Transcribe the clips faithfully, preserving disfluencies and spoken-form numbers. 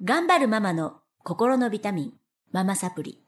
頑張るママの心のビタミン、ママサプリ。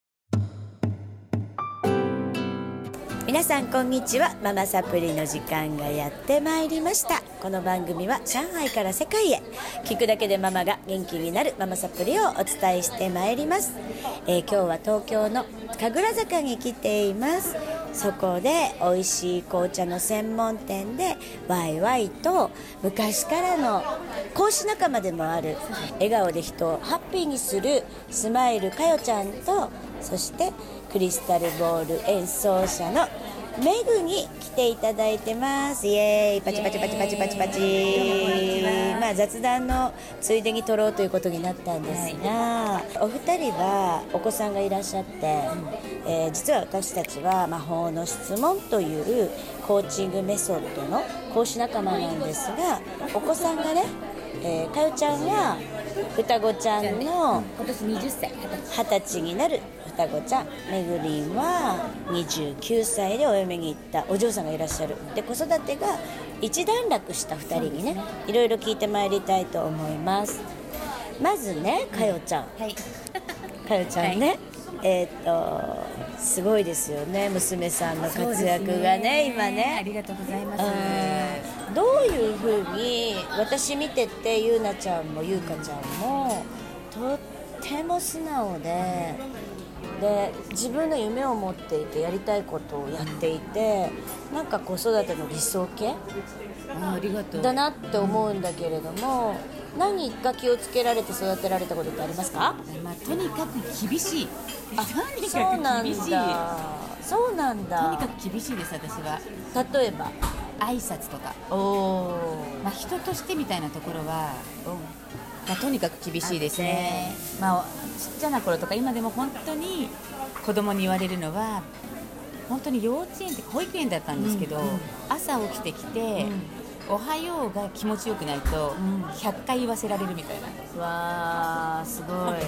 皆さんこんにちは。ママサプリの時間がやってまいりました。この番組は上海から世界へ、聞くだけでママが元気になるママサプリをお伝えしてまいります。えー、今日は東京の神楽坂に来ています。そこで美味しい紅茶の専門店でワイワイと昔からの講師仲間でもある、笑顔で人をハッピーにするスマイルかよちゃんと、そしてクリスタルボール演奏者のメグに来ていただいてます。イエーイ、パチパチパチパチパチパチ。まあ雑談のついでに撮ろうということになったんですが、はい、お二人はお子さんがいらっしゃって、うん、えー、実は私たちは魔法の質問というコーチングメソッドの講師仲間なんですが、お子さんがね、えー、かよちゃんは双子ちゃんの今年にじゅっさい、 はたちになる双子ちゃん、めぐりんはにじゅうきゅうさいでお嫁に行ったお嬢さんがいらっしゃる。で、子育てが一段落したふたりにね、いろいろ聞いてまいりたいと思います。まずね、かよちゃん、はい、かよちゃんね、はい、えー、っとすごいですよね、娘さんの活躍が ね, ね今ね。 ありがとうございます。 どういうふうに私見てて、ゆうなちゃんもゆうかちゃんもとっても素直で、で自分の夢を持っていてやりたいことをやっていて、なんか子育ての理想系あありがとうだなって思うんだけれども、何か気をつけられて育てられたことってありますか？ まあ、とにかく厳しい。 あ、とにかく厳しい。そうなんだ。 とにかく厳しいです。私は例えば挨拶とか、 お、 まあ、人としてみたいなところは、まあ、とにかく厳しいですね。まあ、ちっちゃな頃とか今でも本当に子供に言われるのは、本当に幼稚園って保育園だったんですけど、うんうん、朝起きてきて、うん、おはようが気持ちよくないとひゃっかい言わせられるみたいな、 うん、わーすごいへ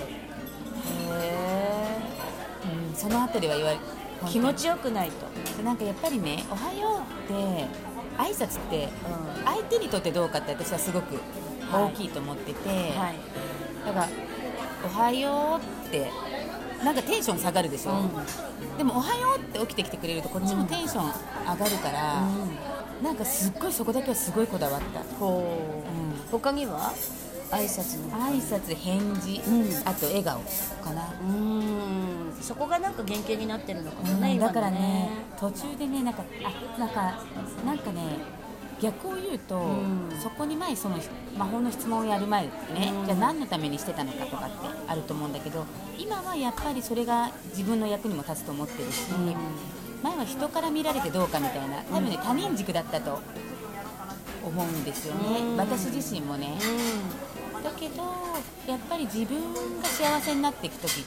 ー、うん、そのあたりは言われ気持ちよくないと、 なんかやっぱりね、おはようって挨拶って相手にとってどうかって私はすごく大きいと思ってて、はいはい、だからおはようってなんかテンション下がるでしょ、うん、でもおはようって起きてきてくれるとこっちもテンション上がるから、うん、なんかすっごいそこだけはすごいこだわった。 ほう、うん、他には挨拶の挨拶、返事、うん、あと笑顔かな。 うーん、そこがなんか原型になってるのかもね、 うん、 今だからね、 ね途中でね、なんかあなんかなんかね逆を言うと、うん、そこに前その魔法の質問をやる前ね、うん、じゃあ何のためにしてたのかとかってあると思うんだけど、今はやっぱりそれが自分の役にも立つと思ってるし、うん、前は人から見られてどうかみたいな、多分ね、他人軸だったと思うんですよね、うん、私自身もね、うん、だけどやっぱり自分が幸せになっていく時って、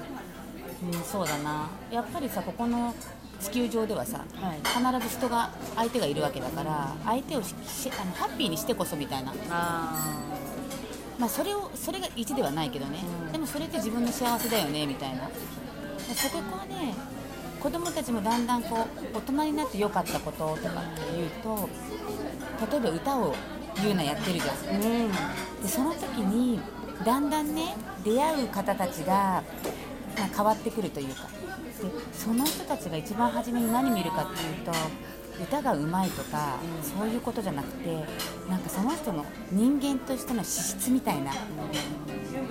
うん、そうだな、やっぱりさ、ここの地球上ではさ、はい、必ず人が相手がいるわけだから、相手をしあのハッピーにしてこそみたいな、あ、まあ、それをそれがいちではないけどね、うん、でもそれって自分の幸せだよねみたいな、そこはね、子供たちもだんだんこう大人になって良かったこととかっていうと、例えば歌を言うのやってるじゃん、うん、でその時にだんだんね、出会う方たちが、まあ、変わってくるというか、でその人たちが一番初めに何見るかっていうと、歌がうまいとか、うん、そういうことじゃなくて、なんかその人の人間としての資質みたいな、うん、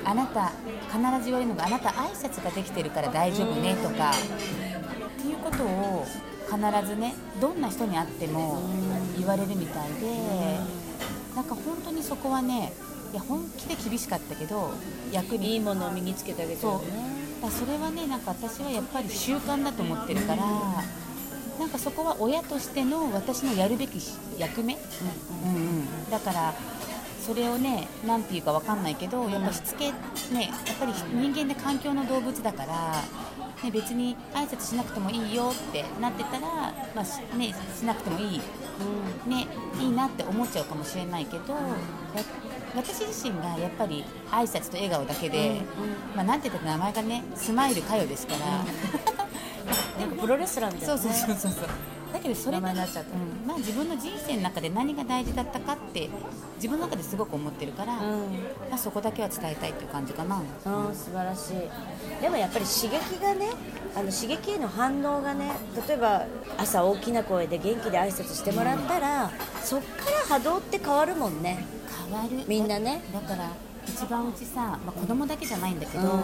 あなた必ず言われるのが、あなた挨拶ができてるから大丈夫ねとか、っていうことを必ずね、どんな人に会っても言われるみたいで、なんか本当にそこはね、いや本気で厳しかったけど、役にいいものを身につけてあげてるね。 だそれはね、なんか私はやっぱり習慣だと思ってるから、なんかそこは親としての私のやるべき役目、うんうんうん、だからそれをね、なんていうか分かんないけど、やっぱしつけね、やっぱり人間で環境の動物だから、ね、別に挨拶しなくてもいいよってなってたら、まあね、しなくてもいい、うんね、いいなって思っちゃうかもしれないけど、うん、私自身がやっぱり挨拶と笑顔だけで、うんうん、まあ、なんて言ったら名前がね、スマイルかよですから、 なんかプロレスラーみたいな、ね、 そうそうそうそう、 だけどそれが、 ままになっちゃった、 うんまあ、自分の人生の中で何が大事だったかって自分の中ですごく思ってるから、 うんまあ、そこだけは伝えたいっていう感じかな。 うん、素晴らしい。でもやっぱり刺激がね、あの刺激への反応がね、例えば朝大きな声で元気で挨拶してもらったら、うん、そっから波動って変わるもんね。 変わる。 みんなね。 だから一番うちさ、まあ、子供だけじゃないんだけど、うん、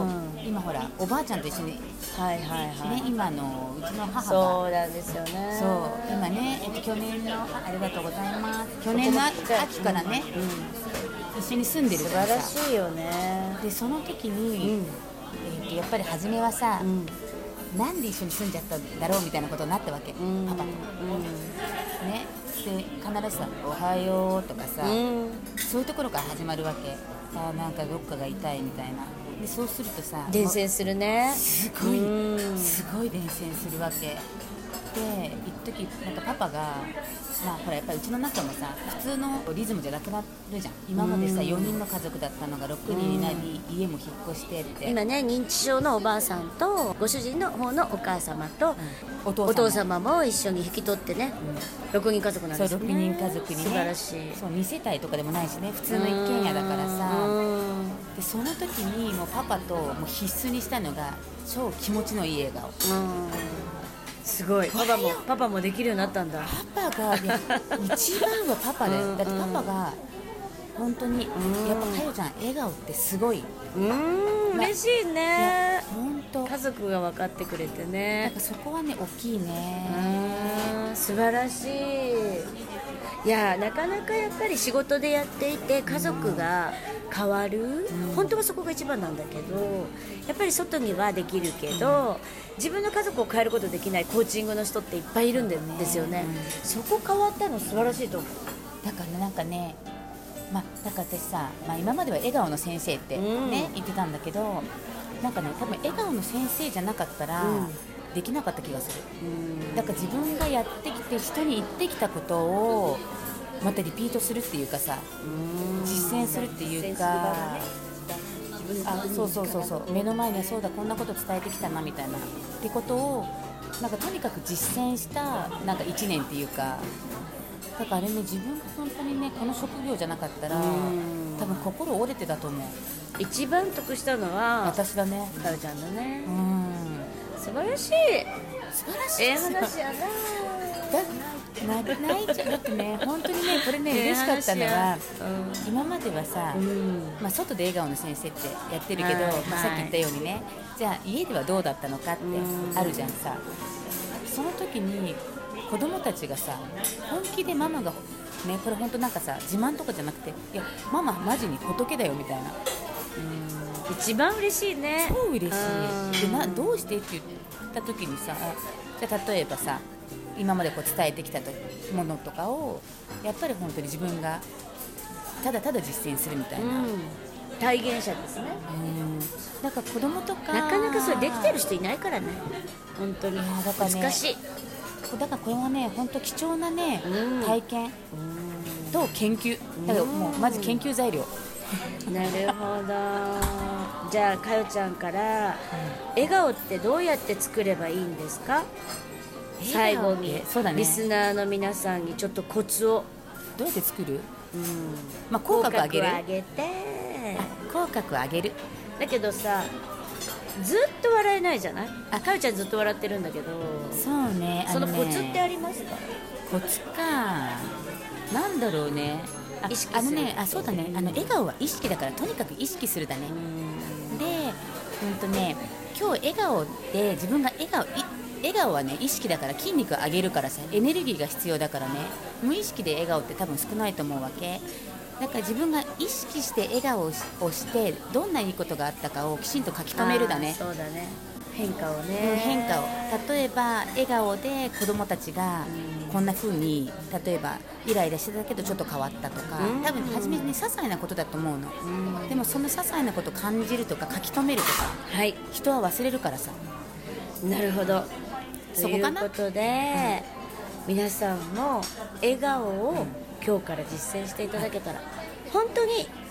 今ほらおばあちゃんと一緒に、 はいはいはいね、今のうちの母がそうなんですよね。 そう今ね、えっと、去年の あ, ありがとうございます去年の秋からね、うん、一緒に住んでるからさ。 素晴らしいよね。 でその時に、うんえっと、やっぱり初めはさ、うん、なんで一緒に住んじゃったんだろうみたいなことになったわけ、うん、パパと、うんね、で必ずさおはようとかさ、うん、そういうところから始まるわけ。あなんかどっかが痛いみたいな。でそうするとさ伝染するね。 すごい、うん、すごい伝染するわけで、一時なんかパパがまあほらやっぱりうちの中もさ普通のリズムじゃなくなるじゃん。今までさよにんの家族だったのがろくにんになり、家も引っ越してって、 今ね認知症のおばあさんとご主人の方のお母様と、うん、 お父様、 お父様も一緒に引き取ってね、うん、ろくにん家族なんですね。 そうろくにん家族にね、 素晴らしい。 そうに世帯とかでもないしね、普通の一軒家だからさ。でその時にもうパパともう必須にしたのが超気持ちのいい笑顔。うんすごい。パパもパパもできるようになったんだ。 パパが、ね、一番はパパだよ。だってパパが本当にやっぱかよちゃん笑顔ってすごい。 うーん、ま、嬉しいね。 本当。 家族が分かってくれてね。 なんかそこはね大きいね。 うん、素晴らしい。いやなかなかやっぱり仕事でやっていて家族が変わる、うん、本当はそこが一番なんだけど、やっぱり外にはできるけど、うん、自分の家族を変えることできないコーチングの人っていっぱいいるんですよね、うん、そこ変わったの素晴らしいと思う。 だから、ね、なんかね、まあ、だから私さ、まあ、今までは笑顔の先生って、ねうん、言ってたんだけど、なんかね多分笑顔の先生じゃなかったら、うんできなかった気がする。だから自分がやってきて人に言ってきたことをまたリピートするっていうかさ、実践するっていうか、あそうそうそうそう目の前にはそうだこんなこと伝えてきたなみたいなってことをなんかとにかく実践したなんかいちねんっていうか、だからあれね自分が本当にねこの職業じゃなかったら多分心折れてたと思う。 一番得したのは私だね。 かよちゃんだね。 うん素晴らしい素晴らしい。 ええ話やな。 だ泣いちゃう。だってね本当にねこれね嬉しかったのは、うん、今まではさ、うんまあ、外で笑顔の先生ってやってるけど、はいまあ、さっき言ったようにね、じゃあ家ではどうだったのかってあるじゃんさ。その時に子供たちがさ本気でママがねこれ本当なんかさ自慢とかじゃなくて、いやマママジに仏だよみたいな。 うん一番嬉しいね。 超嬉しい。でなどうしてって言った時にさ、じゃあ例えばさ今までこう伝えてきたものとかをやっぱり本当に自分がただただ実践するみたいな、うん、 体現者ですね。 うんなんか子供とかなかなかそれできてる人いないからね本当に。 だから、ね、 難しい。 だからこれはね本当貴重なね、うん、体験と研究だからもうまず研究材料。 なるほど。じゃあかよちゃんから、うん、笑顔ってどうやって作ればいいんですか。最後にそうだ、ね、リスナーの皆さんにちょっとコツを。 どうやって作る、うんまあ、口角上げる。 口角上げて口角上げる。 だけどさずっと笑えないじゃない。あかよちゃんずっと笑ってるんだけど。 そうね。 そのコツってありますか。 コツかなんだろうね。あ意識する。 あのね、あそうだね。あの笑顔は意識だからとにかく意識するだね。で、うんとね、今日笑顔で自分が笑顔笑顔はね意識だから筋肉上げるからさエネルギーが必要だからね。無意識で笑顔って多分少ないと思うわけ。だから自分が意識して笑顔をしてどんないいことがあったかをきちんと書き留めるだね。 そうだね。変化をね。 変化を例えば笑顔で子供たちがこんな風に例えばイライラしてたけどちょっと変わったとか、多分初めに、ね、些細なことだと思うの。でもその些細なことを感じるとか書き留めるとか、はい、人は忘れるからさ。 なるほど。 そこかな。 ということで、うん、皆さんも笑顔を今日から実践していただけたら本当に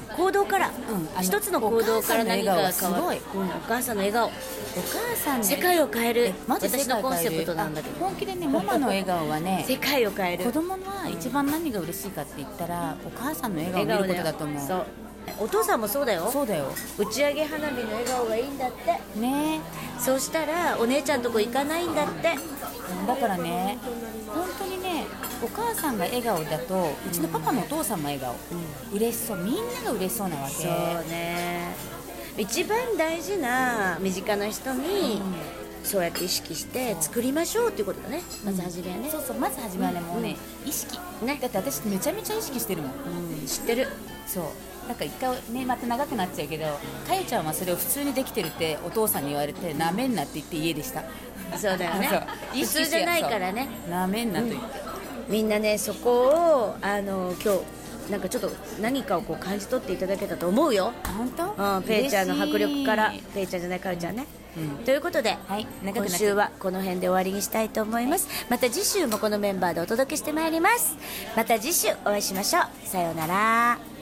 行動から、 うんあの一つの行動から何かが変わる。 お母さんの笑顔すごい、 うん、お母さんの笑顔、 お母さんの世界を変える、 マジ私のコンセプトなんだけど、 本気でねママの笑顔はね世界を変える。 子供は一番何が嬉しいかって言ったらお母さんの笑顔を見ることだと思う。 そう、お父さんもそうだよ。 そうだよ打ち上げ花火の笑顔がいいんだってね。 そうしたらお姉ちゃんとこ行かないんだって。 だからね本当にねお母さんが笑顔だとうちのパパのお父さんも笑顔、うん、嬉しそう、みんなが嬉しそうなわけ。 そうね、一番大事な身近な人に、うん、そうやって意識して作りましょうっていうことだね、まず初めはね、 うん、そうそう、まず初めはね、うん、もうね、意識、ね、だって私めちゃめちゃ意識してるもん、 うん、知ってる。 そうなんか一回ねまた長くなっちゃうけど、かゆちゃんはそれを普通にできてるってお父さんに言われて、なめんなって言って家でした。 そうだよね普通じゃないからね、 なめんなと言って、 うん、みんなねそこをあの今日なんかちょっと何かをこう感じ取っていただけたと思うよ。 本当、 うん、ペイちゃんの迫力から、ペイちゃんじゃないかゆちゃんね、うん、ということで、はい、今週はこの辺で終わりにしたいと思います、はい、また次週もこのメンバーでお届けしてまいります。また次週お会いしましょう。さようなら。